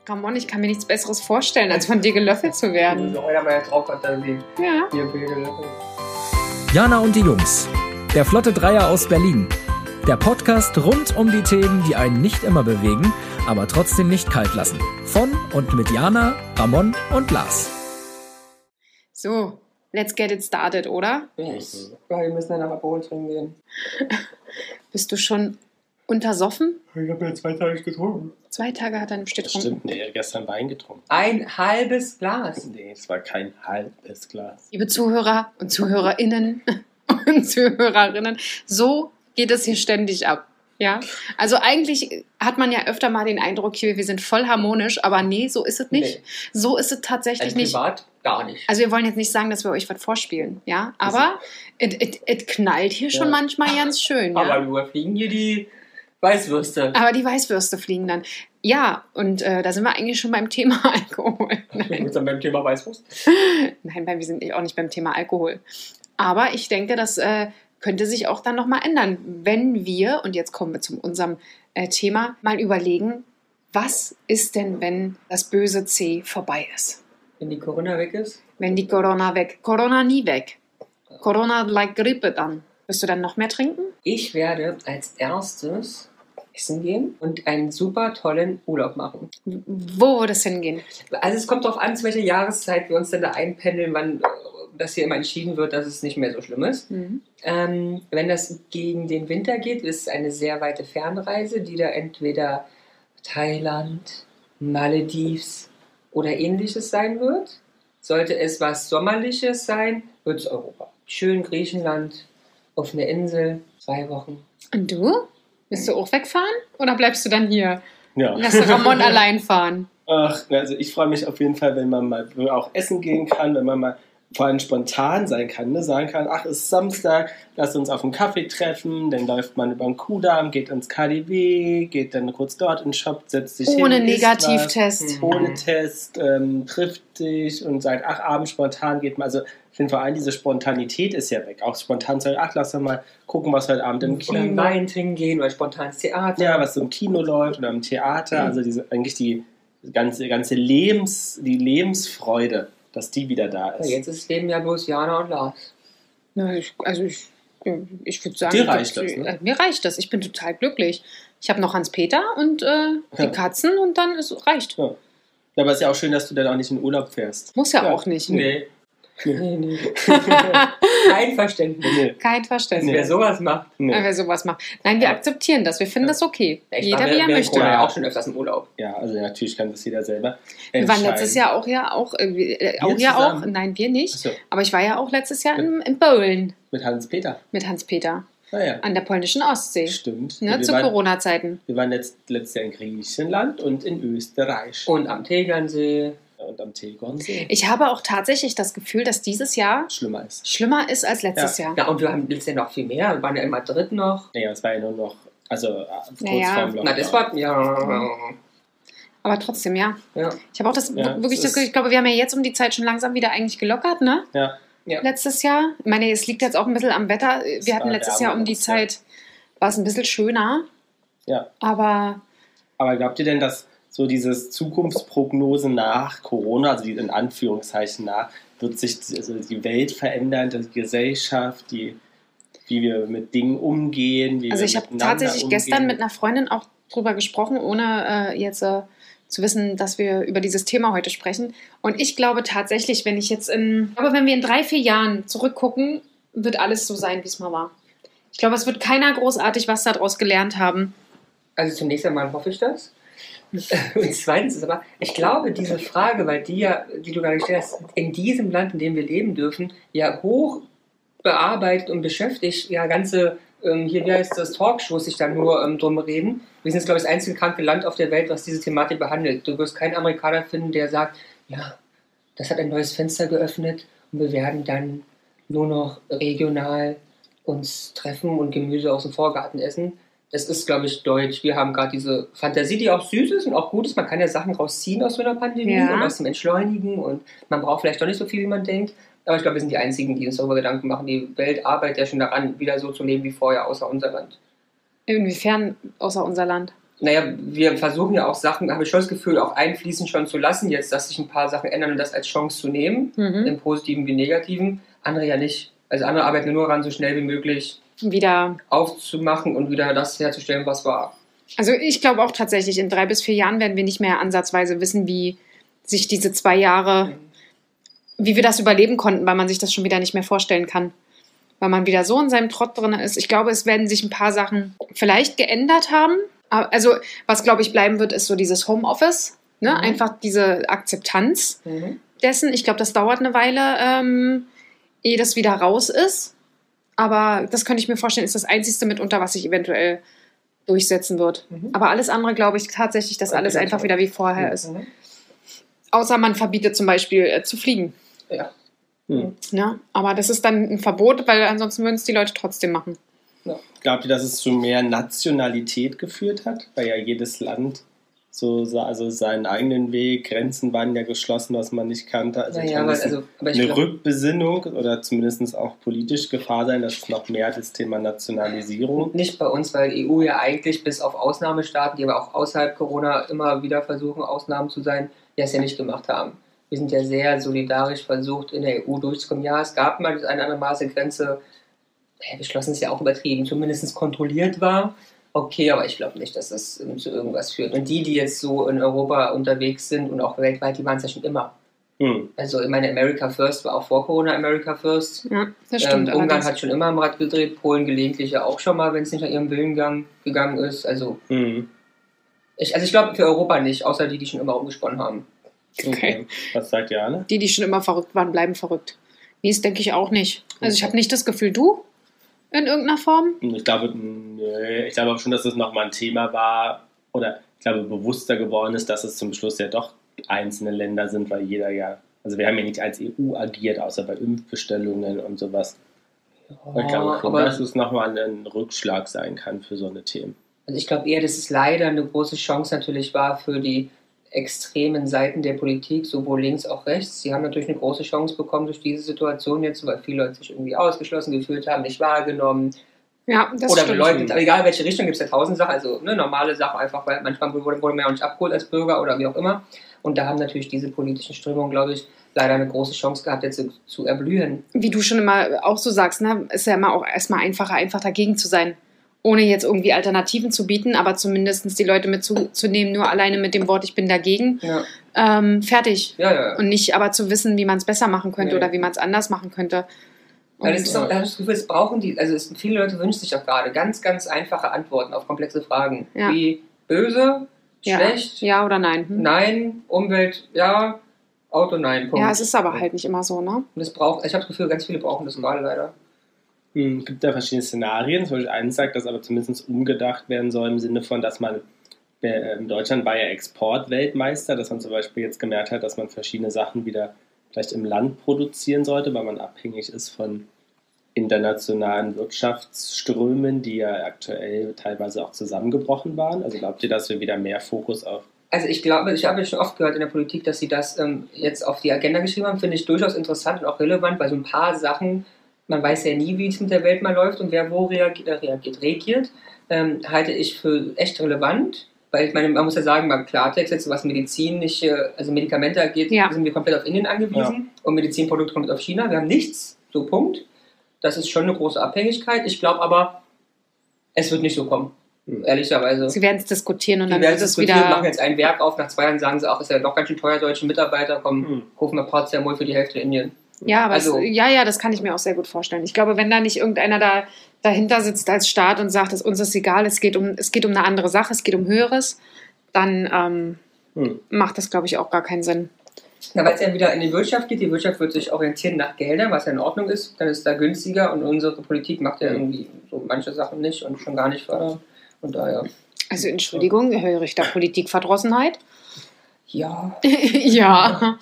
Ramon, ich kann mir nichts Besseres vorstellen, als von dir gelöffelt zu werden. So einer meiner Traumfantasien. Ja. Hier gelöffelt. Jana und die Jungs. Der Flotte Dreier aus Berlin. Der Podcast rund um die Themen, die einen nicht immer bewegen, aber trotzdem nicht kalt lassen. Von und mit Jana, Ramon und Lars. So, let's get it started, oder? Yes. Ja, wir müssen dann aber Bohlen trinken gehen. Bist du schon untersoffen? Ich habe ja 2 Tage getrunken. 2 Tage hat er im Stück Das getrunken. stimmt, nee, gestern Wein getrunken. Ein halbes Glas. Nee, es war kein halbes Glas. Liebe Zuhörer und Zuhörerinnen und Zuhörerinnen, so geht es hier ständig ab. Ja, also eigentlich hat man ja öfter mal den Eindruck, hier, wir sind voll harmonisch, aber nee, so ist es nicht. Nee. So ist es tatsächlich nicht. Privat gar nicht. Also wir wollen jetzt nicht sagen, dass wir euch was vorspielen, ja, aber es knallt hier schon manchmal ganz schön, ja. Aber überfliegen hier die Weißwürste. Aber die Weißwürste fliegen dann. Ja, und da sind wir eigentlich schon beim Thema Alkohol. Wir sind dann beim Thema Weißwurst. Nein, wir sind auch nicht beim Thema Alkohol. Aber ich denke, das könnte sich auch dann nochmal ändern, wenn wir, und jetzt kommen wir zu unserem Thema, mal überlegen, was ist denn, wenn das böse C vorbei ist? Wenn die Corona weg ist? Wenn die Corona weg, Corona nie weg. Corona like Grippe dann. Wirst du dann noch mehr trinken? Ich werde als erstes essen gehen und einen super tollen Urlaub machen. Wo wird es hingehen? Also es kommt darauf an, zu welcher Jahreszeit wir uns dann da einpendeln, wann das hier immer entschieden wird, dass es nicht mehr so schlimm ist. Mhm. Wenn das gegen den Winter geht, ist es eine sehr weite Fernreise, die da entweder Thailand, Maledives oder ähnliches sein wird. Sollte es was Sommerliches sein, wird es Europa. Schön Griechenland, auf einer Insel, 2 Wochen. Und du? Willst du auch wegfahren? Oder bleibst du dann hier? Ja. Lass Ramon allein fahren. Ach, also ich freue mich auf jeden Fall, wenn man mal auch essen gehen kann, wenn man mal vor allem spontan sein kann, ne? Sagen kann, ach, es ist Samstag, lass uns auf einen Kaffee treffen, dann läuft man über den Kudamm, geht ins KaDeWe, geht dann kurz dort in den Shop, setzt sich Ohne hin, isst Negativtest. was, ohne Test, trifft sich und sagt, ach, abends spontan geht man, also ich finde vor allem diese Spontanität ist ja weg, auch spontan sagen, ach, lass doch mal gucken, was heute Abend im Oder Kino, Wein trinken gehen oder spontan ins Theater. ja, was so im Kino läuft oder im Theater, also eigentlich die ganze die Lebensfreude, dass die wieder da ist. Ja, jetzt ist das Leben ja bloß Jana und Lars. Na, ich würde sagen, Dir reicht das, ne? Mir reicht das. Ich bin total glücklich. Ich habe noch Hans-Peter und die Katzen und dann reicht. Ja. Ja, aber es ist ja auch schön, dass du dann auch nicht in Urlaub fährst. Muss ja auch nicht. Nee. Kein Verständnis. Nee. Kein Verständnis. Wer sowas macht. Nee. Wer sowas macht. Nein, wir akzeptieren das. Wir finden das okay. Ich Jeder, war wie er während möchte. Corona ja auch schon öfters im Urlaub. Ja, also natürlich kann das jeder selber Wir waren entscheiden. letztes Jahr auch zusammen? nein, wir nicht. Ach so. Aber ich war ja auch letztes Jahr im Bowlen Mit Hans-Peter. mit Hans-Peter Naja, an der polnischen Ostsee. stimmt. Ne, Ja, zu Corona-Zeiten. wir waren letztes Jahr in Griechenland und in Österreich. Und am Tegernsee. Und am Tegernsee. Ich habe auch tatsächlich das Gefühl, dass dieses Jahr Schlimmer ist. schlimmer ist als letztes Jahr. Ja, und wir haben letztes Jahr noch viel mehr. Wir waren ja in Madrid noch. Naja, es war ja nur noch, also kurz Naja. vorm Lockdown. Na, das war, ja. Aber trotzdem, ja. Ja. Ich habe auch das Ja, wirklich es das Gefühl, ich glaube, wir haben ja jetzt um die Zeit schon langsam wieder eigentlich gelockert, ne? Ja. Ja. Letztes Jahr. Ich meine, es liegt jetzt auch ein bisschen am Wetter. Wir hatten war letztes Jahr um die wärmer, ja. Zeit, war es ein bisschen schöner. Ja. Aber Aber glaubt ihr denn, dass so dieses Zukunftsprognose nach Corona, also die in Anführungszeichen nach, wird sich also die Welt verändern, die Gesellschaft, wie wir mit Dingen umgehen, wie also wir ich habe miteinander tatsächlich umgehen? gestern mit einer Freundin auch drüber gesprochen, ohne jetzt zu wissen, dass wir über dieses Thema heute sprechen. Und ich glaube tatsächlich, wenn wir in 3, 4 Jahren zurückgucken, wird alles so sein, wie es mal war. Ich glaube, es wird keiner großartig was daraus gelernt haben. Also zunächst einmal hoffe ich das. Und zweitens ist aber, ich glaube, diese Frage, weil die du gerade gestellt hast, in diesem Land, in dem wir leben dürfen, ja hoch bearbeitet und beschäftigt, ja ganze, hier, wie heißt das, Talkshows sich da nur drum reden. Wir sind jetzt, glaube ich, das einzige kranke Land auf der Welt, was diese Thematik behandelt. Du wirst keinen Amerikaner finden, der sagt, ja, das hat ein neues Fenster geöffnet und wir werden dann nur noch regional uns treffen und Gemüse aus dem Vorgarten essen. Das ist, glaube ich, deutsch. Wir haben gerade diese Fantasie, die auch süß ist und auch gut ist. Man kann ja Sachen rausziehen aus so einer Pandemie Ja. und aus dem Entschleunigen und man braucht vielleicht doch nicht so viel, wie man denkt. Aber ich glaube, wir sind die Einzigen, die uns darüber Gedanken machen. Die Welt arbeitet ja schon daran, wieder so zu leben wie vorher, außer unser Land. Inwiefern außer unser Land? Naja, wir versuchen ja auch Sachen, habe ich schon das Gefühl, auch einfließen schon zu lassen jetzt, dass sich ein paar Sachen ändern und das als Chance zu nehmen, im Positiven wie Negativen. Andere ja nicht. Also andere arbeiten nur daran, so schnell wie möglich wieder aufzumachen und wieder das herzustellen, was war. Also ich glaube auch tatsächlich, in 3 bis 4 Jahren werden wir nicht mehr ansatzweise wissen, wie sich diese 2 Jahre, wie wir das überleben konnten, weil man sich das schon wieder nicht mehr vorstellen kann. Weil man wieder so in seinem Trott drin ist. Ich glaube, es werden sich ein paar Sachen vielleicht geändert haben. Also was, glaube ich, bleiben wird, ist so dieses Homeoffice. Ne? Einfach diese Akzeptanz dessen. Ich glaube, das dauert eine Weile, ehe das wieder raus ist. Aber das könnte ich mir vorstellen, ist das Einzige mitunter, was sich eventuell durchsetzen wird. Aber alles andere, glaube ich tatsächlich, dass alles einfach wieder wie vorher ist. Außer man verbietet zum Beispiel zu fliegen. Ja. Ja, aber das ist dann ein Verbot, weil ansonsten würden es die Leute trotzdem machen. Ja. Glaubt ihr, dass es zu mehr Nationalität geführt hat? Weil ja jedes Land also seinen eigenen Weg, Grenzen waren ja geschlossen, was man nicht kannte. Also, aber eine Rückbesinnung oder zumindest auch politisch Gefahr sein, dass es noch mehr das Thema Nationalisierung. Nicht bei uns, weil die EU ja eigentlich bis auf Ausnahmestaaten, die aber auch außerhalb Corona immer wieder versuchen, Ausnahmen zu sein, die es ja nicht gemacht haben. Wir sind ja sehr solidarisch versucht, in der EU durchzukommen. Ja, es gab mal eine andere Maße Grenze, geschlossen ist ja auch übertrieben, zumindest kontrolliert war. Okay, aber ich glaube nicht, dass das zu irgendwas führt. Und die jetzt so in Europa unterwegs sind und auch weltweit, die waren es ja schon immer. Also ich meine, America First war auch vor Corona America First. Ja, das stimmt. Ungarn hat schon immer am Rad gedreht, Polen gelegentlich ja auch schon mal, wenn es nicht nach ihrem Willen gegangen ist. Also ich glaube für Europa nicht, außer die schon immer umgesponnen haben. Okay. Was sagt Jana? Die schon immer verrückt waren, bleiben verrückt. Nee, das denke ich auch nicht. Also ich habe nicht das Gefühl, du? In irgendeiner Form? Ich glaube schon, dass es nochmal ein Thema war oder ich glaube bewusster geworden ist, dass es zum Schluss ja doch einzelne Länder sind, weil jeder ja, also wir haben ja nicht als EU agiert, außer bei Impfbestellungen und sowas. Ja, ich glaube schon, dass es nochmal ein Rückschlag sein kann für so eine Themen. Also ich glaube eher, dass es leider eine große Chance natürlich war für die extremen Seiten der Politik, sowohl links als auch rechts. Sie haben natürlich eine große Chance bekommen durch diese Situation jetzt, weil viele Leute sich irgendwie ausgeschlossen gefühlt haben, nicht wahrgenommen. Ja, das oder stimmt. Leute, aber egal in welche Richtung, gibt es ja 1000 Sachen, also normale Sachen einfach, weil manchmal wurde man ja auch nicht abgeholt als Bürger oder wie auch immer. Und da haben natürlich diese politischen Strömungen, glaube ich, leider eine große Chance gehabt, jetzt zu erblühen. Wie du schon immer auch so sagst, ne, ist ja immer auch erstmal einfacher, einfach dagegen zu sein. Ohne jetzt irgendwie Alternativen zu bieten, aber zumindest die Leute mitzunehmen, nur alleine mit dem Wort, ich bin dagegen. Ja. Fertig. Ja. Und nicht aber zu wissen, wie man es besser machen könnte oder wie man es anders machen könnte. Und das ist auch, da habe ich das Gefühl, es brauchen die, also viele Leute wünschen sich auch gerade ganz, ganz einfache Antworten auf komplexe Fragen. Ja. Wie böse, schlecht, ja oder nein. Nein, Umwelt, ja, Auto, nein. Punkt. Ja, es ist aber halt nicht immer so, ne? Und ich habe das Gefühl, ganz viele brauchen das gerade leider. Es gibt da verschiedene Szenarien. Zum Beispiel eins sagt, dass aber zumindest umgedacht werden soll im Sinne von, dass man, Deutschland war ja Exportweltmeister, dass man zum Beispiel jetzt gemerkt hat, dass man verschiedene Sachen wieder vielleicht im Land produzieren sollte, weil man abhängig ist von internationalen Wirtschaftsströmen, die ja aktuell teilweise auch zusammengebrochen waren. Also glaubt ihr, dass wir wieder mehr Fokus auf... Also ich glaube, ich habe schon oft gehört in der Politik, dass sie das jetzt auf die Agenda geschrieben haben, finde ich durchaus interessant und auch relevant, weil so ein paar Sachen, man weiß ja nie, wie es mit der Welt mal läuft und wer wo reagiert, halte ich für echt relevant. Weil ich meine, man muss ja sagen, beim Klartext, jetzt was medizinische, also Medikamente angeht, sind wir komplett auf Indien angewiesen und Medizinprodukte kommen auf China. Wir haben nichts, so Punkt. Das ist schon eine große Abhängigkeit. Ich glaube aber, es wird nicht so kommen, ehrlicherweise. Sie werden es diskutieren und dann wird es wieder... machen jetzt ein Werk auf, nach 2 Jahren sagen sie auch, ist ja doch ganz schön teuer, deutsche Mitarbeiter, komm, kaufen wir Paracetamol für die Hälfte in Indien. Ja, aber das kann ich mir auch sehr gut vorstellen. Ich glaube, wenn da nicht irgendeiner dahinter sitzt als Staat und sagt, uns ist egal, es geht um eine andere Sache, es geht um Höheres, dann macht das, glaube ich, auch gar keinen Sinn. Na, weil es ja wieder in die Wirtschaft geht, die Wirtschaft wird sich orientieren nach Geldern, was ja in Ordnung ist, dann ist es da günstiger und unsere Politik macht ja irgendwie so manche Sachen nicht und schon gar nicht fördern. Und daher. Also Entschuldigung, höre ich da Politikverdrossenheit? Ja. Ja.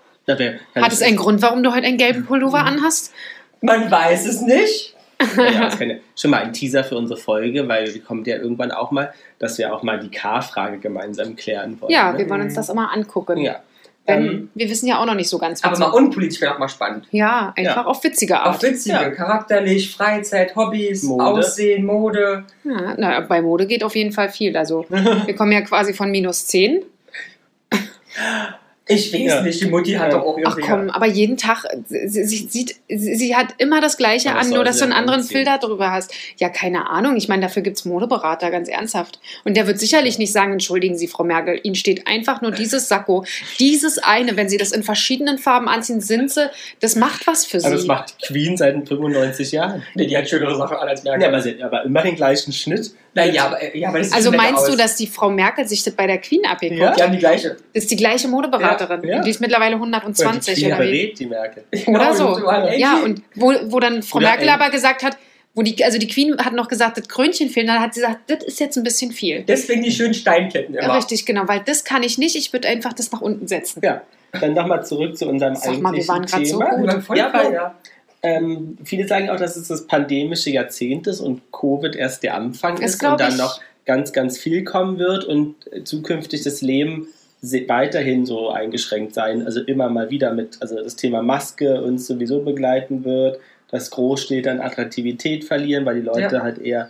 Hat es einen Grund, warum du heute einen gelben Pullover anhast? Man weiß es nicht. Ja, das kann schon mal ein Teaser für unsere Folge, weil die kommt ja irgendwann auch mal, dass wir auch mal die K-Frage gemeinsam klären wollen. Ja, wir wollen uns das immer angucken. Ja. Denn wir wissen ja auch noch nicht so ganz, Aber mal unpolitisch wäre auch mal spannend. Ja, einfach auf witzige Art. Auf witzige, charakterlich, Freizeit, Hobbys, Mode. Aussehen, Mode. Ja, na, bei Mode geht auf jeden Fall viel. Also wir kommen ja quasi von -10. Ich weiß nicht, die Mutti hat doch auch Ach komm, aber jeden Tag, sie hat immer das Gleiche Aber an, was nur soll dass sie du einen denn anderen anziehen? Filter drüber hast. Ja, keine Ahnung. Ich meine, dafür gibt es Modeberater, ganz ernsthaft. Und der wird sicherlich nicht sagen, entschuldigen Sie, Frau Merkel, Ihnen steht einfach nur dieses Sakko, dieses eine, wenn Sie das in verschiedenen Farben anziehen, sind Sie, das macht was für Aber das Sie. macht die Queen seit 95 Jahren. Nee, die hat schönere Sachen an als Merkel. Ja, aber sie hat aber immer den gleichen Schnitt. Naja, aber das sieht Also schon netter meinst du, aus. dass die Frau Merkel sich das bei der Queen abgeguckt Ja. Die haben die gleiche. Das ist die gleiche Modeberaterin. Ja, ja. Die ist mittlerweile Und 120 die Queen oder wie? berät die Merkel. Oder Genau, so. die waren Ja, edgy. und wo dann Frau Oder Merkel eng. aber gesagt hat, also die Queen hat noch gesagt, das Krönchen fehlen, dann hat sie gesagt, das ist jetzt ein bisschen viel. Deswegen die schönen Steinketten immer. Richtig, genau, weil das kann ich nicht, ich würde einfach das nach unten setzen. Ja, dann nochmal zurück zu unserem Sag mal, wir eigentlichen waren grad so Thema. gut. Die waren voll Ja, frei, weil- ja. Viele sagen auch, dass es das pandemische Jahrzehnt ist und Covid erst der Anfang Das ist glaub und dann ich. noch ganz, ganz viel kommen wird und zukünftig das Leben weiterhin so eingeschränkt sein. Also immer mal wieder also das Thema Maske uns sowieso begleiten wird, dass Großstädte an Attraktivität verlieren, weil die Leute Ja. halt eher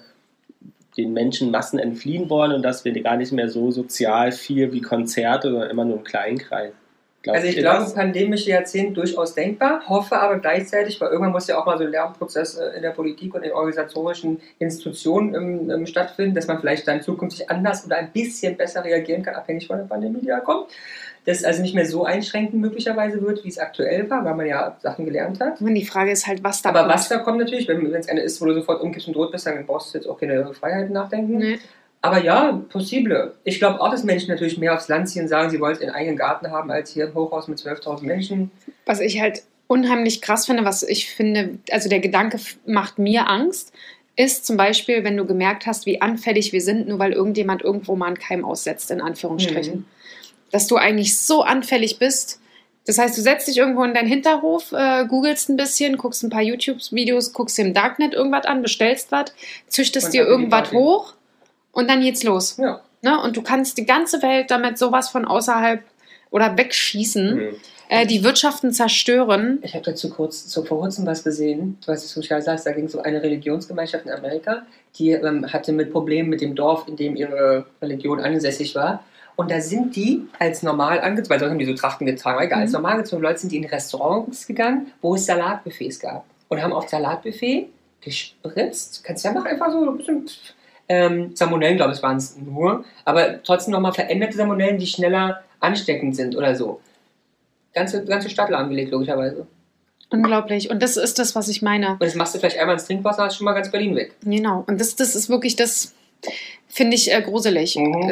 den Menschenmassen entfliehen wollen und dass wir gar nicht mehr so sozial viel wie Konzerte, sondern immer nur im kleinen Kreis. Glaubt Also ich ihr glaube, das? pandemische Jahrzehnt durchaus denkbar, hoffe aber gleichzeitig, weil irgendwann muss ja auch mal so ein Lernprozess in der Politik und in organisatorischen Institutionen stattfinden, dass man vielleicht dann zukünftig anders oder ein bisschen besser reagieren kann, abhängig von der Pandemie, die da kommt. Dass es also nicht mehr so einschränkend möglicherweise wird, wie es aktuell war, weil man ja Sachen gelernt hat. Und die Frage ist halt, was da Aber kommt. was da kommt natürlich, wenn es eine ist, wo du sofort umkippst und tot bist, dann brauchst du jetzt auch keine Freiheiten nachdenken. Nee. Aber ja, possible. Ich glaube auch, dass Menschen natürlich mehr aufs Land ziehen und sagen, sie wollen ihren eigenen Garten haben, als hier im Hochhaus mit 12.000 Menschen. Was ich halt unheimlich krass finde, was ich finde, also der Gedanke macht mir Angst, ist zum Beispiel, wenn du gemerkt hast, wie anfällig wir sind, nur weil irgendjemand irgendwo mal einen Keim aussetzt, in Anführungsstrichen. Dass du eigentlich so anfällig bist. Das heißt, du setzt dich irgendwo in deinen Hinterhof, googelst ein bisschen, guckst ein paar YouTube-Videos, guckst dir im Darknet irgendwas an, bestellst was, züchtest Und dir dann geht die irgendwas Party. hoch und dann geht's los. Ja. Ne? Und du kannst die ganze Welt damit sowas von außerhalb oder wegschießen, die Wirtschaften zerstören. Ich habe dazu vor kurzem was gesehen, du weißt, was du schon sagst, da ging es um eine Religionsgemeinschaft in Amerika, die hatte mit Problemen mit dem Dorf, in dem ihre Religion ansässig war. Und da sind die als normal angezogen, weil sonst haben die so Trachten getragen, egal, als normal angezogene Leute sind die in Restaurants gegangen, wo es Salatbuffets gab. Und haben auf das Salatbuffet gespritzt, kannst du ja machen, einfach so ein bisschen Salmonellen, glaube ich, waren es nur, aber trotzdem nochmal veränderte Salmonellen, die schneller ansteckend sind oder so. Ganze Stadt lahmgelegt, logischerweise. Unglaublich. Und das ist das, was ich meine. Und das machst du vielleicht einmal ins Trinkwasser, hast schon mal ganz Berlin weg. Genau. Und das ist wirklich das, finde ich gruselig.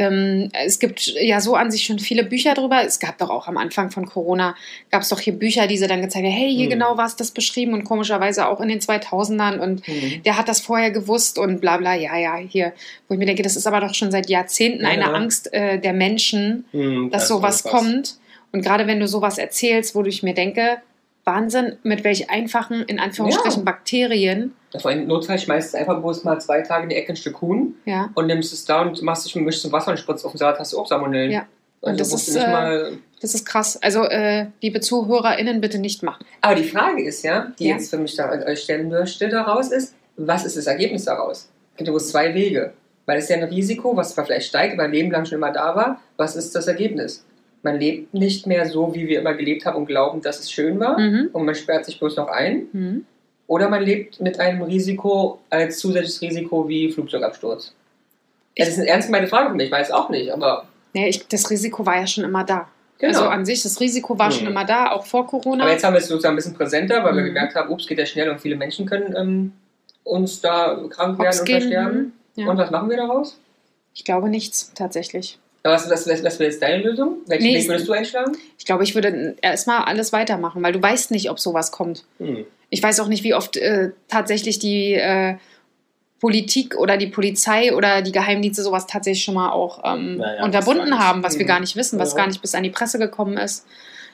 Es gibt ja so an sich schon viele Bücher drüber. Es gab doch auch am Anfang von Corona, gab es doch hier Bücher, die sie dann gezeigt haben, hey, hier genau war es das beschrieben und komischerweise auch in den 2000ern und der hat das vorher gewusst und bla bla, ja, hier. Wo ich mir denke, das ist aber doch schon seit Jahrzehnten eine Angst der Menschen, dass sowas kommt. Und gerade wenn du sowas erzählst, wo ich mir denke, Wahnsinn, mit welch einfachen, in Anführungsstrichen, Bakterien. Vor allem Notfall schmeißt du einfach bloß mal 2 Tage in die Ecke ein Stück Huhn Ja. und nimmst es da und machst dich mischst zum Wasser und spritzt auf den Salat, hast du auch Salmonellen. Ja. Und Also das musst du ist, nicht mal. Das ist krass. Also, liebe ZuhörerInnen, bitte nicht machen. Aber die Frage ist ja, die Ja. jetzt für mich da an euch stellen möchte daraus ist, was ist das Ergebnis daraus? Es gibt bloß 2 Wege. Weil es ist ja ein Risiko, was zwar vielleicht steigt, aber ein Leben lang schon immer da war. Was ist das Ergebnis? Man lebt nicht mehr so, wie wir immer gelebt haben und glauben, dass es schön war. Mhm. Und man sperrt sich bloß noch ein. Mhm. Oder man lebt mit einem Risiko als zusätzliches Risiko wie Flugzeugabsturz. Das ist eine ernst gemeinte Frage für mich, ich weiß auch nicht, aber. Ja, das Risiko war ja schon immer da. Genau. Also an sich, das Risiko war schon immer da, auch vor Corona. Aber jetzt haben wir es sozusagen ein bisschen präsenter, weil wir Mhm. gemerkt haben, ups, geht ja schnell und viele Menschen können uns da krank werden Hops und gehen, versterben. ja. Und was machen wir daraus? Ich glaube nichts, tatsächlich. Aber was wäre jetzt deine Lösung? Welchen Nee, Weg würdest du einschlagen? Ich glaube, ich würde erstmal alles weitermachen, weil du weißt nicht, ob sowas kommt. Ich weiß auch nicht, wie oft tatsächlich die Politik oder die Polizei oder die Geheimdienste sowas tatsächlich schon mal auch unterbunden haben, was wir gar nicht wissen, was gar nicht bis an die Presse gekommen ist.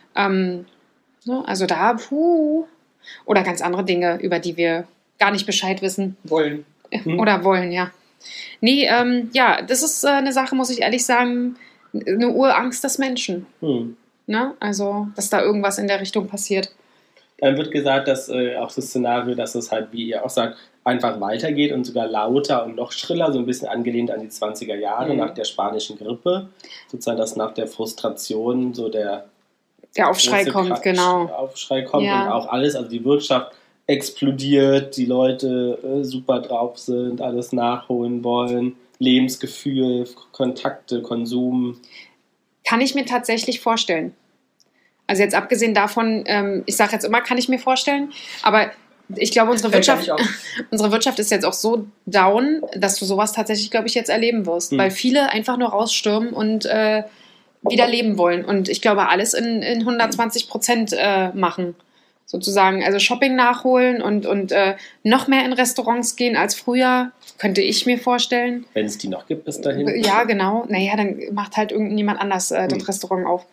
Also da, oder ganz andere Dinge, über die wir gar nicht Bescheid wissen. Wollen. Oder wollen, ja. Nee, ja, das ist eine Sache, muss ich ehrlich sagen, eine Urangst des Menschen. Ne? Also, dass da irgendwas in der Richtung passiert. Dann wird gesagt, dass auch das Szenario, dass es halt, wie ihr auch sagt, einfach weitergeht und sogar lauter und noch schriller, so ein bisschen angelehnt an die 20er Jahre nach der spanischen Grippe. Sozusagen, dass nach der Frustration so der Aufschrei kommt, genau. Aufschrei kommt Ja. und auch alles, also die Wirtschaft explodiert, die Leute super drauf sind, alles nachholen wollen, Lebensgefühl, Kontakte, Konsum. Kann ich mir tatsächlich vorstellen. Also jetzt abgesehen davon, ich sage jetzt immer, kann ich mir vorstellen, aber ich glaube, unsere Wirtschaft ist jetzt auch so down, dass du sowas tatsächlich, glaube ich, jetzt erleben wirst, weil viele einfach nur rausstürmen und wieder leben wollen und ich glaube, alles in 120% machen, sozusagen. Also Shopping nachholen und noch mehr in Restaurants gehen als früher, könnte ich mir vorstellen. Wenn es die noch gibt bis dahin. Ja, genau. Naja, dann macht halt irgendjemand anders das Restaurant auf.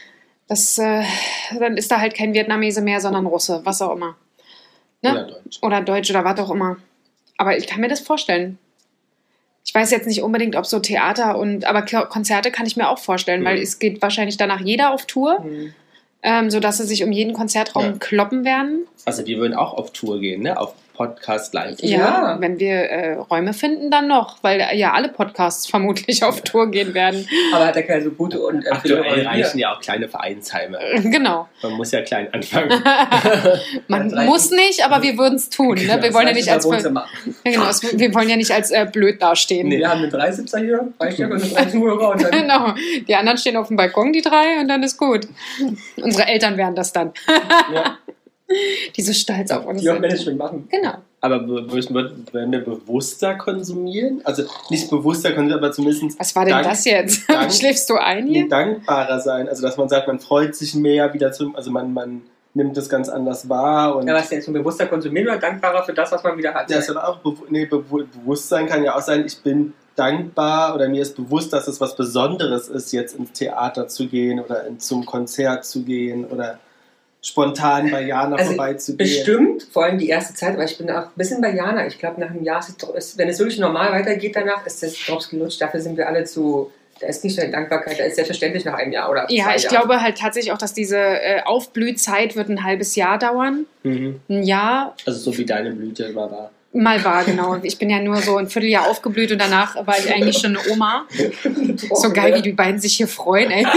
Dann ist da halt kein Vietnamese mehr, sondern Russe, was auch immer. Ne? Oder Deutsch oder was auch immer. Aber ich kann mir das vorstellen. Ich weiß jetzt nicht unbedingt, ob so Theater aber Konzerte kann ich mir auch vorstellen, weil es geht wahrscheinlich danach jeder auf Tour, sodass sie sich um jeden Konzertraum kloppen werden. Also wir würden auch auf Tour gehen, ne? Auf Podcast live. Ja, wenn wir Räume finden, dann noch, weil ja alle Podcasts vermutlich auf Tour gehen werden. Aber hat er keine so gute und aktuell reichen ja auch kleine Vereinsheime. Genau. Man muss ja klein anfangen. Man muss nicht, aber wir würden es tun. Ne? Wir wollen ja nicht als wir wollen ja nicht als blöd dastehen. Nee. Wir haben einen 3-Sitzer hier, Freistöcke und 3 Zuhörer. Und dann genau. Die anderen stehen auf dem Balkon, die 3, und dann ist gut. Unsere Eltern wären das dann. Ja. Diese Stolz auf uns. Die auch Management machen. Genau. Aber werden wir bewusster konsumieren? Also nicht bewusster konsumieren, aber zumindest... Was war denn das jetzt? Schläfst du ein hier? Dankbarer sein. Also dass man sagt, man freut sich mehr wieder also man nimmt das ganz anders wahr. Und ja, was denn? So bewusster konsumieren oder dankbarer für das, was man wieder hat? Ja, das aber auch Bewusstsein kann ja auch sein, ich bin dankbar oder mir ist bewusst, dass es was Besonderes ist, jetzt ins Theater zu gehen oder zum Konzert zu gehen oder spontan bei Jana vorbeizugehen. Bestimmt, vor allem die erste Zeit, aber ich bin auch ein bisschen bei Jana. Ich glaube, nach einem Jahr, wenn es wirklich normal weitergeht danach, ist das Drops gelutscht. Dafür sind wir alle da ist nicht so eine Dankbarkeit, da ist selbstverständlich nach einem Jahr oder 2 Jahren. Ja, ich glaube halt tatsächlich auch, dass diese Aufblühzeit wird ein halbes Jahr dauern. Ein Jahr. Also so wie deine Blüte immer war. Mal war, genau. Ich bin ja nur so ein Vierteljahr aufgeblüht und danach war ich eigentlich schon eine Oma. So geil, wie die beiden sich hier freuen, ey.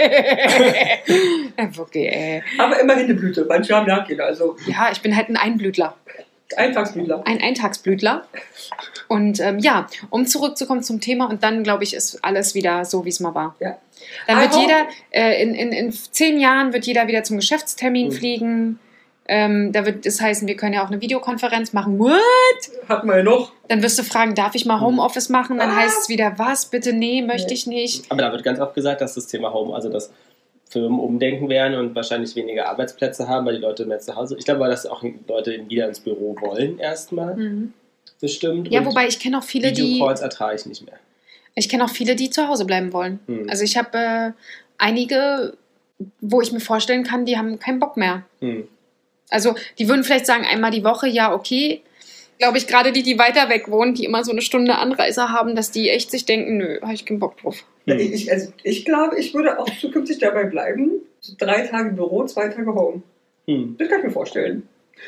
Ja, wirklich, ey. Aber immerhin eine Blüte, manche haben nachgehen, also. Ja, ich bin halt ein Einblütler. Eintagsblütler. Ein Eintagsblütler. Und um zurückzukommen zum Thema, und dann, glaube ich, ist alles wieder so, wie es mal war. Ja. Dann wird jeder, in 10 Jahren wird jeder wieder zum Geschäftstermin fliegen. Da wird es heißen, wir können ja auch eine Videokonferenz machen. What? Hatten wir ja noch. Dann wirst du fragen, darf ich mal Homeoffice machen? Dann heißt es wieder, was? Bitte, nee, möchte ich nicht. Aber da wird ganz oft gesagt, dass das Thema also dass Firmen umdenken werden und wahrscheinlich weniger Arbeitsplätze haben, weil die Leute mehr zu Hause. Ich glaube, dass auch Leute wieder ins Büro wollen erstmal. Bestimmt. Ja, wobei ich kenne auch viele, Videocalls ertrage ich nicht mehr. Ich kenne auch viele, die zu Hause bleiben wollen. Also ich habe einige, wo ich mir vorstellen kann, die haben keinen Bock mehr. Also die würden vielleicht sagen, einmal die Woche, ja, okay. Glaube ich, gerade die weiter weg wohnen, die immer so eine Stunde Anreise haben, dass die echt sich denken, nö, habe ich keinen Bock drauf. Ja, ich glaube, ich würde auch zukünftig dabei bleiben. 3 Tage Büro, 2 Tage Home. Das kann ich mir vorstellen.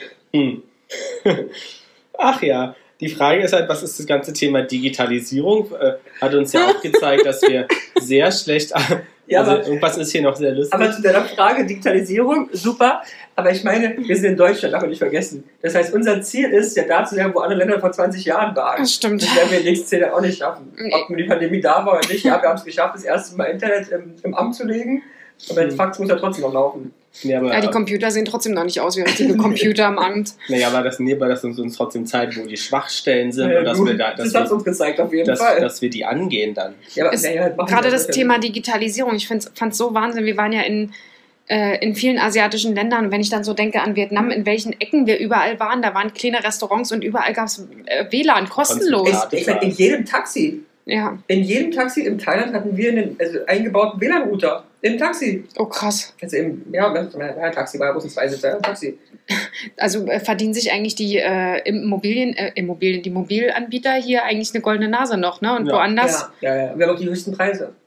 Ach ja, die Frage ist halt, was ist das ganze Thema Digitalisierung? Hat uns ja auch gezeigt, dass wir sehr schlecht... Ja, also irgendwas ist hier noch sehr lustig. Aber zu deiner Frage, Digitalisierung, super. Aber ich meine, wir sind in Deutschland, darf man nicht vergessen. Das heißt, unser Ziel ist ja da zu sein, wo andere Länder vor 20 Jahren waren. Das stimmt. Das werden wir in den nächsten 10 Jahren auch nicht schaffen. Ob die Pandemie da war oder nicht, ja, wir haben es geschafft, das erste Mal Internet im Amt zu legen. Aber der Fax muss ja trotzdem noch laufen. Ja, die Computer sehen trotzdem noch nicht aus wie richtige Computer am Amt. Naja, aber das uns trotzdem zeigt, wo die Schwachstellen sind. Ja, und dass wir das hat es uns gezeigt, auf jeden Fall. Dass wir die angehen dann. Ja, aber, gerade das Thema Digitalisierung, ich fand es so Wahnsinn. Wir waren ja in vielen asiatischen Ländern. Und wenn ich dann so denke an Vietnam, in welchen Ecken wir überall waren, da waren kleine Restaurants und überall gab es WLAN, kostenlos. In jedem Taxi. Ja. In jedem Taxi in Thailand hatten wir einen eingebauten WLAN-Router. Im Taxi. Oh, krass. Also Taxi war ja bloß ein 2-Sitzer Taxi. Also verdienen sich eigentlich die die Mobilanbieter hier eigentlich eine goldene Nase noch, ne? Und woanders? Ja. Wir haben auch die höchsten Preise.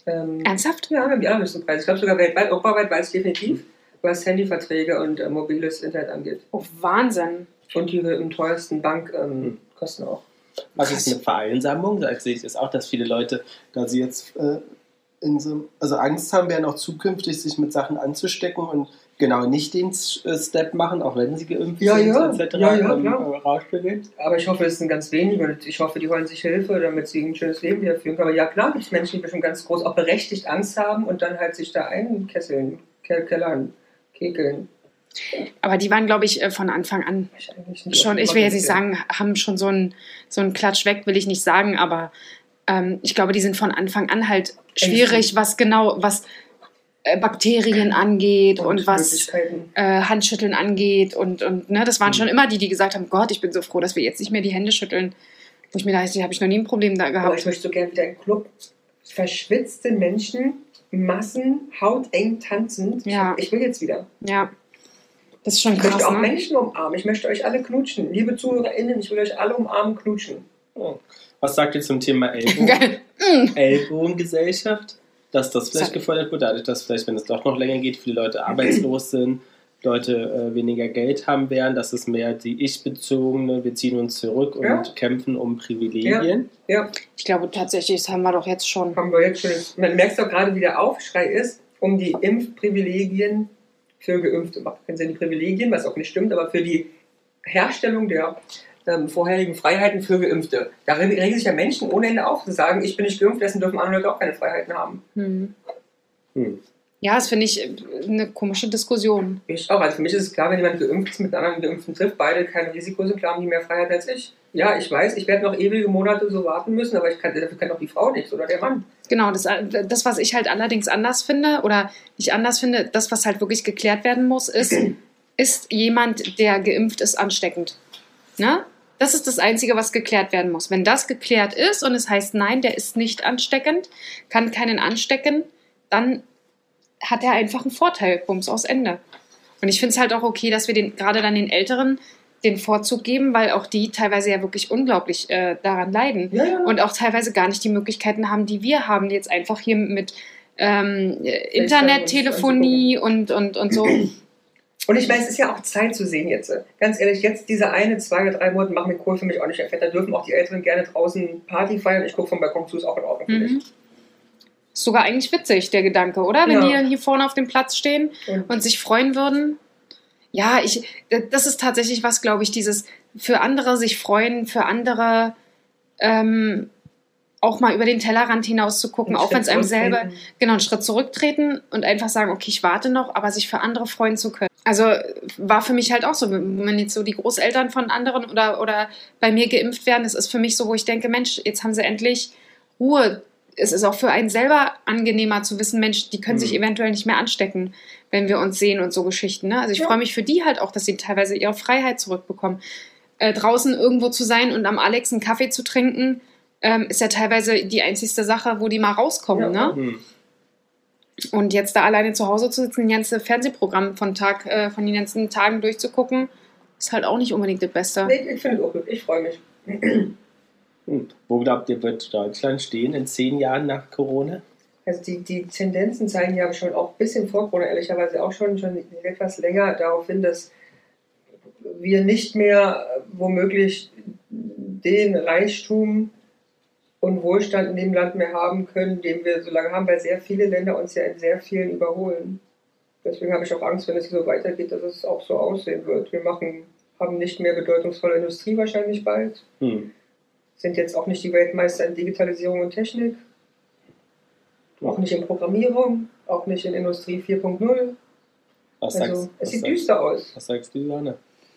Ernsthaft? Ja, wir haben die allerhöchsten Preise. Ich glaube sogar weltweit, europaweit weiß ich definitiv, was Handyverträge und mobiles Internet angeht. Oh, Wahnsinn. Und die im teuersten Bankkosten auch. Was ist eine Vereinsamung? Da sehe ich das auch, dass viele Leute, da sie jetzt also Angst haben werden, auch zukünftig sich mit Sachen anzustecken und genau nicht den Step machen, auch wenn sie geimpft sind, etc. Klar. Aber ich hoffe, es sind ganz wenige und ich hoffe, die holen sich Hilfe, damit sie ein schönes Leben wieder führen können. Aber ja, klar, gibt es Menschen, die bestimmt ganz groß, auch berechtigt Angst haben und dann halt sich da einkesseln, kellern, kekeln. Aber die waren, glaube ich, von Anfang an schon, ich will jetzt nicht sagen, haben schon so einen Klatsch weg, will ich nicht sagen, aber ich glaube, die sind von Anfang an halt schwierig, was Bakterien angeht und was Handschütteln angeht und ne, das waren schon immer die gesagt haben, Gott, ich bin so froh, dass wir jetzt nicht mehr die Hände schütteln. Wo ich mir dachte, habe ich noch nie ein Problem da gehabt. Aber ich möchte so gerne wieder einen Club, verschwitzte Menschen, Massen, hauteng tanzend. Ja. Ich will jetzt wieder. Ja, das ist schon Ich krass, möchte auch ne? Menschen umarmen. Ich möchte euch alle knutschen. Liebe ZuhörerInnen, ich will euch alle umarmen, knutschen. Oh. Was sagt ihr zum Thema Ellbogengesellschaft? Dass das vielleicht gefördert wird, dadurch, dass vielleicht, wenn es doch noch länger geht, viele Leute arbeitslos sind, Leute weniger Geld haben werden, dass es mehr die Ich-bezogene, wir ziehen uns zurück und kämpfen um Privilegien. Ja. Ich glaube tatsächlich, das haben wir doch jetzt schon. Haben wir jetzt schon. Man merkt doch gerade, wie der Aufschrei ist, um die Impfprivilegien für Geimpfte. Macht keinen Sinn, die Privilegien, was auch nicht stimmt, aber für die Herstellung der vorherigen Freiheiten für Geimpfte. Da regen sich ja Menschen ohne Ende auf, zu sagen, ich bin nicht geimpft, dessen dürfen andere Leute auch keine Freiheiten haben. Ja, das finde ich eine komische Diskussion. Ich auch. Also für mich ist es klar, wenn jemand geimpft ist, mit einem anderen Geimpften trifft, beide kein Risiko sind, klar haben die mehr Freiheit als ich. Ja, ich weiß, ich werde noch ewige Monate so warten müssen, aber dafür kann auch die Frau nichts oder der Mann. Genau, das, was ich halt allerdings anders finde, oder nicht anders finde, das, was halt wirklich geklärt werden muss, ist jemand, der geimpft ist, ansteckend. Ne? Das ist das Einzige, was geklärt werden muss. Wenn das geklärt ist und es heißt, nein, der ist nicht ansteckend, kann keinen anstecken, dann hat er einfach einen Vorteil. Bums, aus Ende. Und ich finde es halt auch okay, dass wir gerade dann den Älteren den Vorzug geben, weil auch die teilweise ja wirklich unglaublich daran leiden. Ja. Und auch teilweise gar nicht die Möglichkeiten haben, die wir haben, jetzt einfach hier mit Internet, Telefonie und so. Und ich meine, es ist ja auch Zeit zu sehen jetzt. Ganz ehrlich, jetzt diese 1, 2 oder 3 Monate machen mit Kohl für mich auch nicht fett. Da dürfen auch die Älteren gerne draußen Party feiern. Ich gucke vom Balkon zu, ist auch in Ordnung für mich. Ist sogar eigentlich witzig, der Gedanke, oder? Wenn die hier vorne auf dem Platz stehen und sich freuen würden. Ja, das ist tatsächlich was, glaube ich, dieses für andere sich freuen, für andere auch mal über den Tellerrand hinaus zu gucken, auch wenn es einem selber, einen Schritt zurücktreten und einfach sagen, okay, ich warte noch, aber sich für andere freuen zu können. Also war für mich halt auch so, wenn jetzt so die Großeltern von anderen oder bei mir geimpft werden, das ist für mich so, wo ich denke, Mensch, jetzt haben sie endlich Ruhe. Es ist auch für einen selber angenehmer zu wissen, Mensch, die können sich eventuell nicht mehr anstecken, wenn wir uns sehen und so Geschichten. Ne? Also ich freue mich für die halt auch, dass sie teilweise ihre Freiheit zurückbekommen. Draußen irgendwo zu sein und am Alex einen Kaffee zu trinken, ist ja teilweise die einzigste Sache, wo die mal rauskommen. Ja. Ne? Und jetzt da alleine zu Hause zu sitzen, ein ganzes Fernsehprogramm von den ganzen Tagen durchzugucken, ist halt auch nicht unbedingt das Beste. Nee, ich finde es auch gut. Ich freue mich. Wo glaubt ihr, wird Deutschland stehen in 10 Jahren nach Corona? Also die Tendenzen zeigen ja schon auch ein bisschen vor Corona, ehrlicherweise auch schon etwas länger darauf hin, dass wir nicht mehr womöglich den Reichtum und Wohlstand in dem Land mehr haben können, den wir so lange haben, weil sehr viele Länder uns ja in sehr vielen überholen. Deswegen habe ich auch Angst, wenn es so weitergeht, dass es auch so aussehen wird. Wir haben nicht mehr bedeutungsvolle Industrie wahrscheinlich bald. Sind jetzt auch nicht die Weltmeister in Digitalisierung und Technik. Auch nicht in Programmierung, auch nicht in Industrie 4.0. Es sieht düster aus. Was sagst du, Johanna?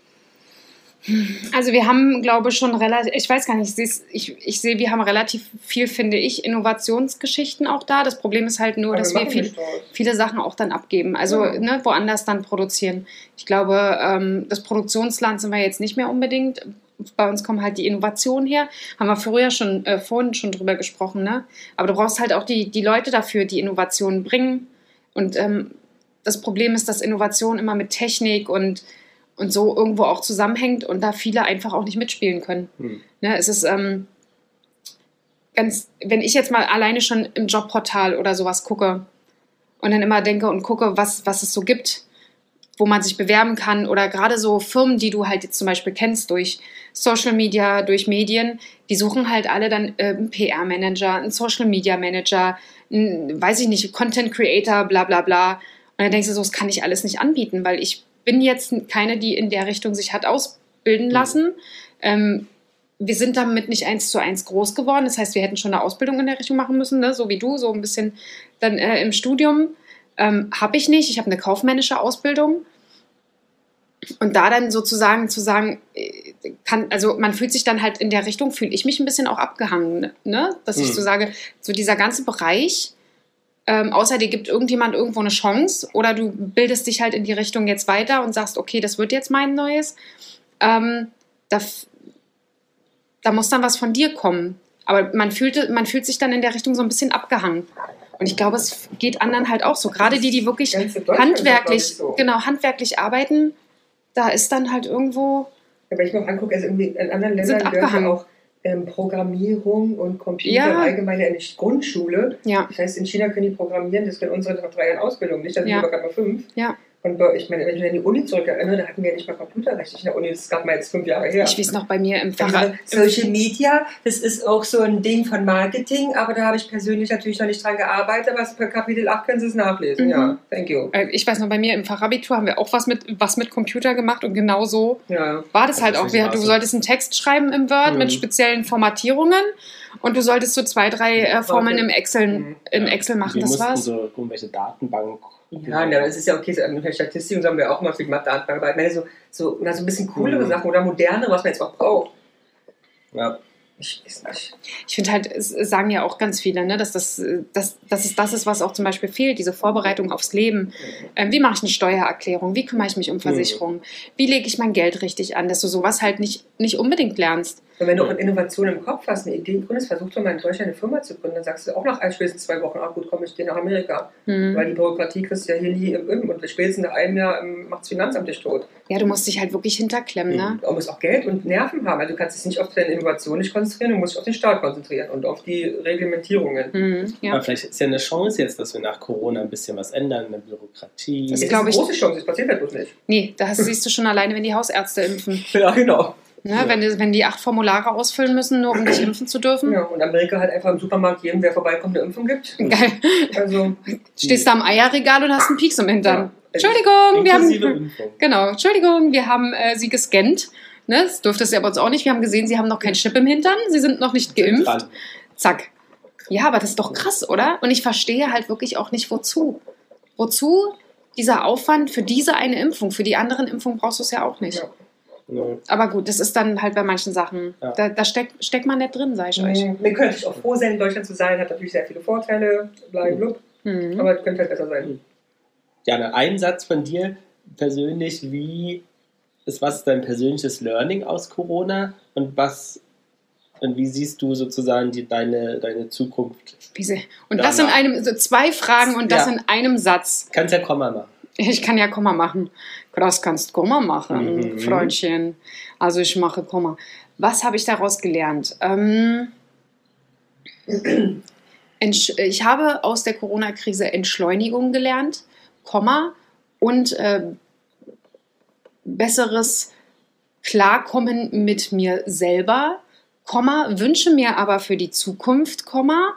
Also wir haben, glaube ich, schon relativ, ich weiß gar nicht, ich sehe, wir haben relativ viel, finde ich, Innovationsgeschichten auch da. Das Problem ist halt nur, dass wir viele Sachen auch dann abgeben, also woanders dann produzieren. Ich glaube, das Produktionsland sind wir jetzt nicht mehr unbedingt. Bei uns kommen halt die Innovationen her. Haben wir vorhin schon drüber gesprochen, ne? Aber du brauchst halt auch die Leute dafür, die Innovationen bringen. Und das Problem ist, dass Innovation immer mit Technik und so irgendwo auch zusammenhängt und da viele einfach auch nicht mitspielen können. Ne? Es ist, wenn ich jetzt mal alleine schon im Jobportal oder sowas gucke und dann immer denke und gucke, was es so gibt, wo man sich bewerben kann oder gerade so Firmen, die du halt jetzt zum Beispiel kennst durch Social Media, durch Medien, die suchen halt alle dann einen PR-Manager, einen Social-Media-Manager, weiß ich nicht, Content-Creator, bla bla bla. Und dann denkst du so, das kann ich alles nicht anbieten, weil ich bin jetzt keine, die in der Richtung sich hat ausbilden lassen. Wir sind damit nicht 1:1 groß geworden. Das heißt, wir hätten schon eine Ausbildung in der Richtung machen müssen, ne? So wie du, so ein bisschen dann im Studium. Habe ich nicht. Ich habe eine kaufmännische Ausbildung. Und da dann sozusagen zu sagen, also man fühlt sich dann halt in der Richtung, fühle ich mich ein bisschen auch abgehangen, ne? Dass ich so sage, so dieser ganze Bereich, außer dir gibt irgendjemand irgendwo eine Chance oder du bildest dich halt in die Richtung jetzt weiter und sagst, okay, das wird jetzt mein Neues, da muss dann was von dir kommen. Aber man fühlt sich dann in der Richtung so ein bisschen abgehangen. Und ich glaube, es geht anderen halt auch so. Gerade die wirklich handwerklich arbeiten, da ist dann halt irgendwo... Ja, wenn ich mir auch angucke, also irgendwie in anderen Ländern gehört ja auch Programmierung und Computer allgemein in die Grundschule. Ja. Das heißt, in China können die programmieren, das können unsere nach 3 Jahren Ausbildung nicht, da sind wir gerade mal 5. Ja. Und ich meine, wenn ich mich an die Uni zurückerinnere, da hatten wir ja nicht mal Computerrecht in der Uni, das gab mal jetzt 5 Jahre her. Ich weiß noch bei mir im Fach. Social Media, das ist auch so ein Ding von Marketing, aber da habe ich persönlich natürlich noch nicht dran gearbeitet, aber per Kapitel 8 können Sie es nachlesen. Ja, thank you. Ich weiß noch, bei mir im Fachabitur haben wir auch was mit Computer gemacht und genau so war das halt auch. Du solltest einen Text schreiben im Word mit speziellen Formatierungen und du solltest so 2, 3 Formeln im Excel machen. Wir das war's. So irgendwelche Datenbanken. Ja, das ist ja okay, so mit der Statistik haben wir auch immer viel Datenbank, aber ich meine so ein bisschen coolere Sachen oder modernere, was man jetzt auch braucht. Ja. Ich weiß nicht. Ich finde halt, es sagen ja auch ganz viele, ne, dass das ist, was auch zum Beispiel fehlt, diese Vorbereitung aufs Leben. Wie mache ich eine Steuererklärung? Wie kümmere ich mich um Versicherungen? Wie lege ich mein Geld richtig an? Dass du sowas halt nicht unbedingt lernst. Und wenn du auch eine Innovation im Kopf hast, eine Idee gründest, versuch doch mal in Deutschland eine Firma zu gründen, dann sagst du auch nach spätestens 2 Wochen, gut, komm, ich gehe nach Amerika. Weil die Bürokratie kriegst du ja hier nie und spätestens nach einem Jahr macht das Finanzamt dich tot. Ja, du musst dich halt wirklich hinterklemmen, ne? Du musst auch Geld und Nerven haben. Also du kannst dich nicht auf deine Innovation nicht konzentrieren, du musst dich auf den Staat konzentrieren und auf die Reglementierungen. Ja. Aber vielleicht ist ja eine Chance jetzt, dass wir nach Corona ein bisschen was ändern in der Bürokratie. Das ist eine große Chance, das passiert halt bloß nicht. Nee, das siehst du schon alleine, wenn die Hausärzte impfen. Ja, genau. Ne, ja. Wenn die 8 Formulare ausfüllen müssen, nur um dich impfen zu dürfen. Ja, und Amerika halt einfach im Supermarkt jedem, wer vorbeikommt, eine Impfung gibt. Geil. Also, stehst da am Eierregal und hast einen Pieks im Hintern. Ja. Entschuldigung, wir haben sie gescannt. Ne, das dürftest du ja bei uns auch nicht. Wir haben gesehen, sie haben noch keinen Chip im Hintern. Sie sind noch nicht geimpft. Zack. Ja, aber das ist doch krass, oder? Und ich verstehe halt wirklich auch nicht, wozu. Wozu dieser Aufwand für diese eine Impfung? Für die anderen Impfungen brauchst du es ja auch nicht. Ja. Aber gut, das ist dann halt bei manchen Sachen, da steckt man nicht drin, sage ich euch. Wir können natürlich auch froh sein, in Deutschland zu sein, hat natürlich sehr viele Vorteile, blablabla. Aber es könnte halt besser sein. Ja, ein Satz von dir persönlich, was ist dein persönliches Learning aus Corona und wie siehst du sozusagen deine Zukunft? Und das in einem, so 2 Fragen und das in einem Satz. Kannst ja Komma machen. Ich kann ja Komma machen. Das kannst Komma machen, Freundchen. Also ich mache Komma. Was habe ich daraus gelernt? Ich habe aus der Corona-Krise Entschleunigung gelernt, Komma, und besseres Klarkommen mit mir selber, Komma, wünsche mir aber für die Zukunft, Komma,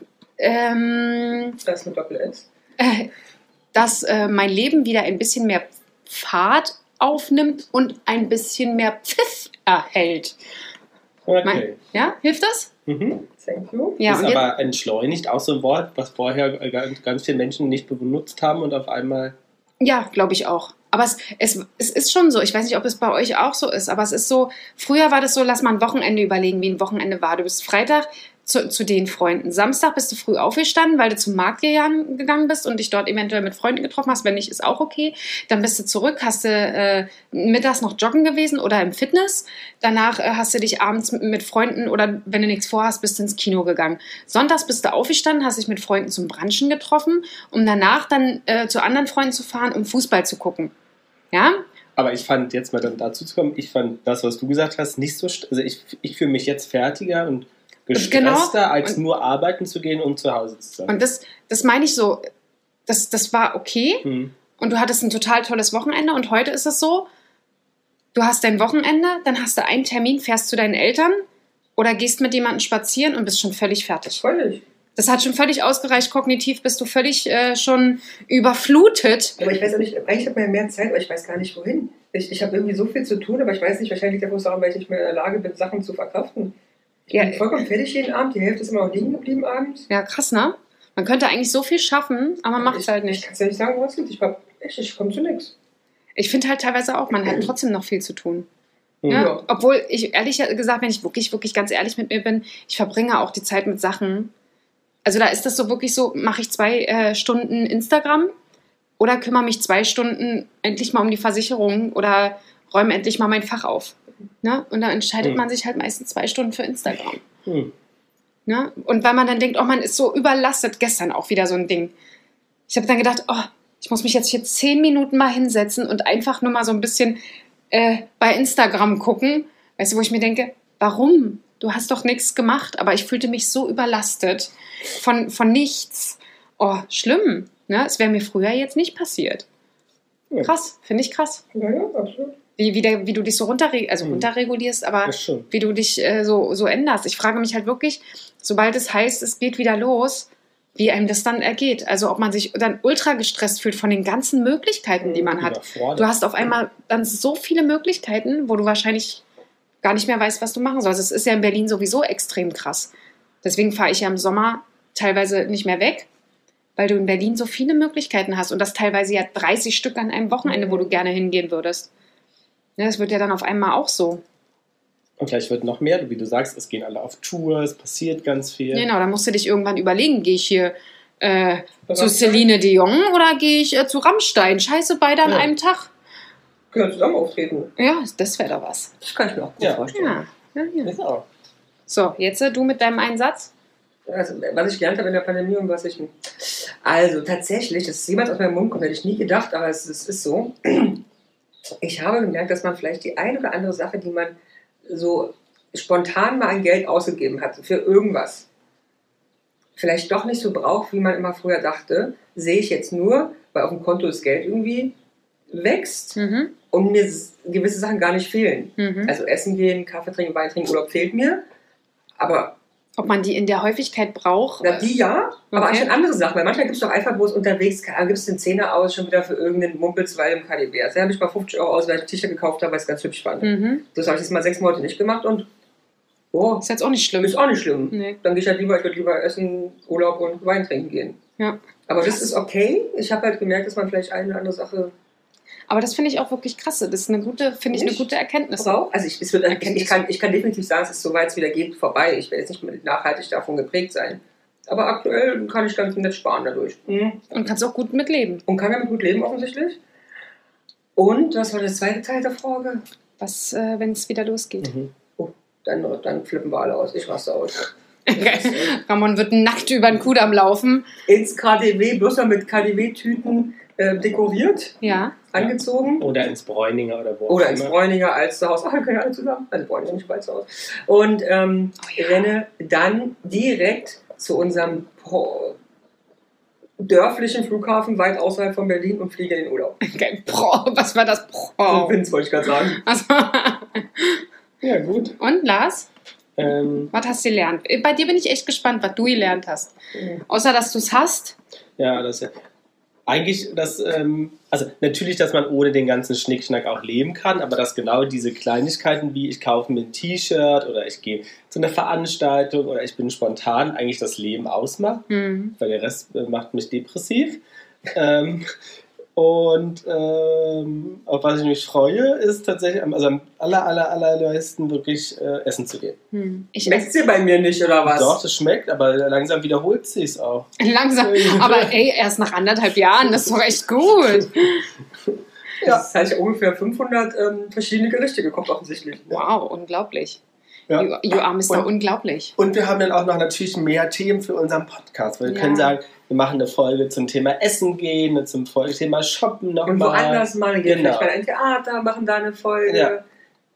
das mit Doppel-S. Dass mein Leben wieder ein bisschen mehr Fahrt aufnimmt und ein bisschen mehr Pfiff erhält. Okay. Ja, hilft das? Thank you. Ja, ist aber entschleunigt auch so ein Wort, was vorher ganz viele Menschen nicht benutzt haben und auf einmal... Ja, glaube ich auch. Aber es ist schon so, ich weiß nicht, ob es bei euch auch so ist, aber es ist so, früher war das so, lass mal ein Wochenende überlegen, wie ein Wochenende war. Du bist Freitag zu den Freunden. Samstag bist du früh aufgestanden, weil du zum Markt gegangen bist und dich dort eventuell mit Freunden getroffen hast. Wenn nicht, ist auch okay. Dann bist du zurück, hast du mittags noch joggen gewesen oder im Fitness. Danach hast du dich abends mit Freunden oder wenn du nichts vorhast, bist du ins Kino gegangen. Sonntags bist du aufgestanden, hast dich mit Freunden zum Brunchen getroffen, um danach dann zu anderen Freunden zu fahren, um Fußball zu gucken. Ja? Aber ich fand, jetzt mal dann dazu zu kommen, ich fand das, was du gesagt hast, nicht so... Also ich fühle mich jetzt fertiger und gestresster, als nur arbeiten zu gehen und zu Hause zu sein. Und das meine ich so, das war okay und du hattest ein total tolles Wochenende und heute ist es so, du hast dein Wochenende, dann hast du einen Termin, fährst zu deinen Eltern oder gehst mit jemandem spazieren und bist schon völlig fertig. Völlig. Das hat schon völlig ausgereicht. Kognitiv bist du völlig schon überflutet. Aber ich weiß auch nicht, eigentlich hat man ja mehr Zeit, aber ich weiß gar nicht, wohin. Ich habe irgendwie so viel zu tun, aber ich weiß nicht, wahrscheinlich liegt davon daran, weil ich nicht mehr in der Lage bin, Sachen zu verkraften. Ich bin vollkommen fertig jeden Abend, die Hälfte ist immer noch liegen geblieben abends. Ja, krass, ne? Man könnte eigentlich so viel schaffen, aber man macht es halt nicht. Ich kann es ja nicht sagen, was es liegt. Ich komme zu nichts. Ich finde halt teilweise auch, man hat trotzdem noch viel zu tun. Ja. Ja? Obwohl ich ehrlich gesagt, wenn ich wirklich, wirklich ganz ehrlich mit mir bin, ich verbringe auch die Zeit mit Sachen. Also da ist das so wirklich so, mache ich 2 Stunden Instagram oder kümmere mich 2 Stunden endlich mal um die Versicherung oder räume endlich mal mein Fach auf. Ne? Und da entscheidet man sich halt meistens 2 Stunden für Instagram. Ne? Und weil man dann denkt, oh, man ist so überlastet, gestern auch wieder so ein Ding. Ich habe dann gedacht, oh, ich muss mich jetzt hier 10 Minuten mal hinsetzen und einfach nur mal so ein bisschen bei Instagram gucken. Weißt du, wo ich mir denke, warum? Du hast doch nichts gemacht. Aber ich fühlte mich so überlastet von nichts. Oh, schlimm. Ne? Es wäre mir früher jetzt nicht passiert. Ja. Krass, finde ich krass. Ja, absolut. Wie du dich so runterregulierst, aber wie du dich so änderst. Ich frage mich halt wirklich, sobald es heißt, es geht wieder los, wie einem das dann ergeht. Also ob man sich dann ultra gestresst fühlt von den ganzen Möglichkeiten, die man hat. Du hast auf einmal dann so viele Möglichkeiten, wo du wahrscheinlich gar nicht mehr weißt, was du machen sollst. Es ist ja in Berlin sowieso extrem krass. Deswegen fahre ich ja im Sommer teilweise nicht mehr weg, weil du in Berlin so viele Möglichkeiten hast und das teilweise ja 30 Stück an einem Wochenende, wo du gerne hingehen würdest. Ja, das wird ja dann auf einmal auch so. Und vielleicht wird noch mehr, wie du sagst, es gehen alle auf Tour, es passiert ganz viel. Genau, da musst du dich irgendwann überlegen, gehe ich hier zu Celine Dion oder gehe ich zu Rammstein? Scheiße, beide an einem Tag. Können wir zusammen auftreten? Ja, das wäre doch was. Das kann ich mir auch gut vorstellen. Ja. So, jetzt du mit deinem Einsatz. Also, was ich gelernt habe in der Pandemie und was ich... Also tatsächlich, das ist jemals aus meinem Mund kommt, hätte ich nie gedacht, aber es ist so. Ich habe gemerkt, dass man vielleicht die eine oder andere Sache, die man so spontan mal an Geld ausgegeben hat, für irgendwas, vielleicht doch nicht so braucht, wie man immer früher dachte, sehe ich jetzt nur, weil auf dem Konto das Geld irgendwie wächst und mir gewisse Sachen gar nicht fehlen. Also Essen gehen, Kaffee trinken, Wein trinken, Urlaub fehlt mir, aber... Ob man die in der Häufigkeit braucht? Na, die ja, aber anstatt andere Sachen. Weil manchmal gibt es doch einfach bloß unterwegs, gibst du den Zehner aus, schon wieder für irgendeinen Mumpelzweil im KDW. Also da habe ich mal 50 Euro aus, weil ich ein T-Shirt gekauft habe, weil ich es ganz hübsch fand. Das habe ich jetzt mal 6 Monate nicht gemacht und ist jetzt auch nicht schlimm. Ist auch nicht schlimm. Nee. Dann gehe ich würde lieber essen, Urlaub und Wein trinken gehen. Ja. Aber das ist okay. Ich habe halt gemerkt, dass man vielleicht eine oder andere Sache... Aber das finde ich auch wirklich krass. Das ist eine gute Erkenntnis. Also ich kann definitiv sagen, es ist, soweit es wieder geht, vorbei. Ich werde jetzt nicht mehr nachhaltig davon geprägt sein. Aber aktuell kann ich ganz nett sparen dadurch. Und kannst auch gut mitleben. Und kann damit gut leben, offensichtlich. Und, was war der zweite Teil der Frage? Was, wenn es wieder losgeht? Oh, dann flippen wir alle aus. Ich raste aus. Ramon wird nackt über den Kudamm laufen. Ins KDW, bloß mal mit KDW-Tüten dekoriert. Ja. Angezogen. Oder ins Bräuninger oder wo auch Oder ins Bräuninger, Alsterhaus. Ach, wir können ja alle zusammen. Also Bräuninger, nicht Alsterhaus. Und renne dann direkt zu unserem dörflichen Flughafen weit außerhalb von Berlin und fliege in den Urlaub. Okay. Was war das? Winz, wollte ich gerade sagen. Also, ja, gut. und Lars? Was hast du gelernt? Bei dir bin ich echt gespannt, was du gelernt hast. Außer, dass du es hast. Ja, das ist ja... Eigentlich, also natürlich, dass man ohne den ganzen Schnickschnack auch leben kann, aber dass genau diese Kleinigkeiten wie ich kaufe mir ein T-Shirt oder ich gehe zu einer Veranstaltung oder ich bin spontan, eigentlich das Leben ausmacht, weil der Rest macht mich depressiv. Und auf was ich mich freue, ist tatsächlich am allermeisten wirklich essen zu gehen. Schmeckt sie bei mir nicht, oder was? Doch, das schmeckt, aber langsam wiederholt sie es auch. Langsam, aber ey, erst nach 1,5 Jahren, das ist doch echt gut. Ja. Das heißt, ich ungefähr 500 verschiedene Gerichte gekocht, offensichtlich. Wow, unglaublich. Ja. You are Mr. Unglaublich. Und wir haben dann auch noch natürlich mehr Themen für unseren Podcast, weil wir können sagen, wir machen eine Folge zum Thema Essen gehen, zum Thema Shoppen nochmal. Und woanders mal, genau. vielleicht bei einem Theater, machen da eine Folge. Ja.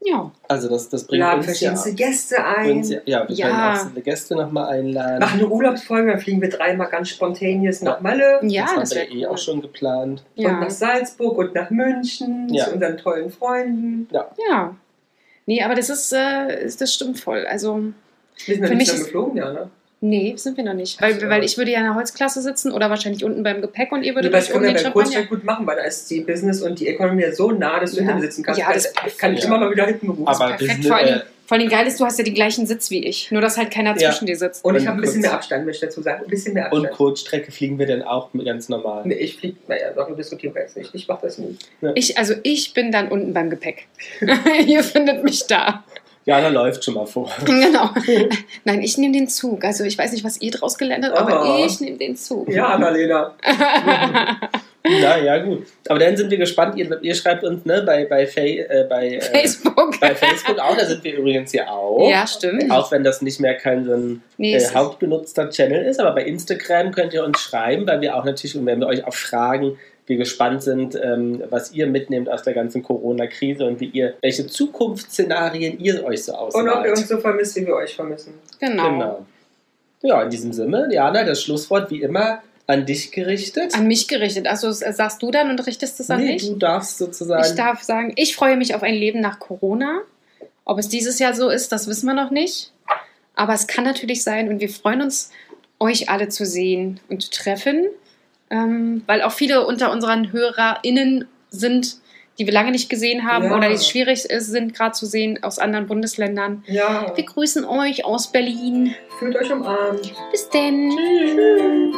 Ja. Also das bringt Laden uns verschiedenste Gäste ein. wir können auch Gäste nochmal einladen. Machen eine Urlaubsfolge, dann fliegen wir 3-mal ganz spontaneous nach Malle. Ja, das haben wir cool. auch schon geplant. Und nach Salzburg und nach München zu unseren tollen Freunden. Ja. Nee, aber das stimmt voll. Also, Wir sind für ja mich nicht mehr geflogen, ja, ne? nee, sind wir noch nicht. Weil ich würde ja in der Holzklasse sitzen oder wahrscheinlich unten beim Gepäck und ihr würdet Das können wir den bei Champagner... Kurzstreck gut machen, weil da ist die Business und die Economy ja so nah, dass du hinten sitzen kannst. Ja, das ist perfekt. kann ich immer mal wieder hinten berufen. Aber Perfekt. Vor allem geil ist, du hast ja den gleichen Sitz wie ich. Nur, dass halt keiner zwischen dir sitzt. Und ich habe ein bisschen mehr Abstand, möchte ich dazu sagen. Ein bisschen mehr Abstand. Und Kurzstrecke fliegen wir dann auch ganz normal. Nee, ich fliege, darüber diskutieren wir jetzt nicht. Ich mache das nicht. Ja. Ich bin dann unten beim Gepäck. Ihr findet mich da. Jana läuft schon mal vor. Genau. Nein, ich nehme den Zug. Also ich weiß nicht, was ihr draus gelernt habt, aber ich nehme den Zug. Ja, Annalena. Na ja, gut. Aber dann sind wir gespannt. Ihr schreibt uns bei Facebook. Bei Facebook auch. Da sind wir übrigens ja auch. Ja, stimmt. Auch wenn das nicht mehr kein so ein hauptbenutzter Channel ist. Aber bei Instagram könnt ihr uns schreiben, weil wir auch natürlich, und wenn wir euch auch fragen, wir gespannt sind, was ihr mitnehmt aus der ganzen Corona-Krise und welche Zukunftsszenarien ihr euch so ausmalt. Und ob ihr uns so vermisst, wie wir euch vermissen. Genau. Ja, in diesem Sinne, Jana, das Schlusswort wie immer an dich gerichtet. An mich gerichtet. Also sagst du dann und richtest es an mich? Du darfst sozusagen... Ich darf sagen, ich freue mich auf ein Leben nach Corona. Ob es dieses Jahr so ist, das wissen wir noch nicht. Aber es kann natürlich sein und wir freuen uns, euch alle zu sehen und zu treffen. Weil auch viele unter unseren HörerInnen sind, die wir lange nicht gesehen haben oder die es schwierig sind, gerade zu sehen aus anderen Bundesländern. Ja. Wir grüßen euch aus Berlin. Fühlt euch umarmt. Bis denn. Tschüss.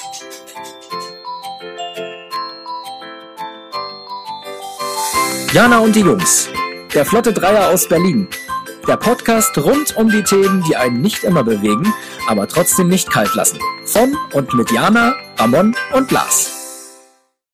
Jana und die Jungs. Der Flotte Dreier aus Berlin. Der Podcast rund um die Themen, die einen nicht immer bewegen, aber trotzdem nicht kalt lassen. Von und mit Jana, Ramon und Lars.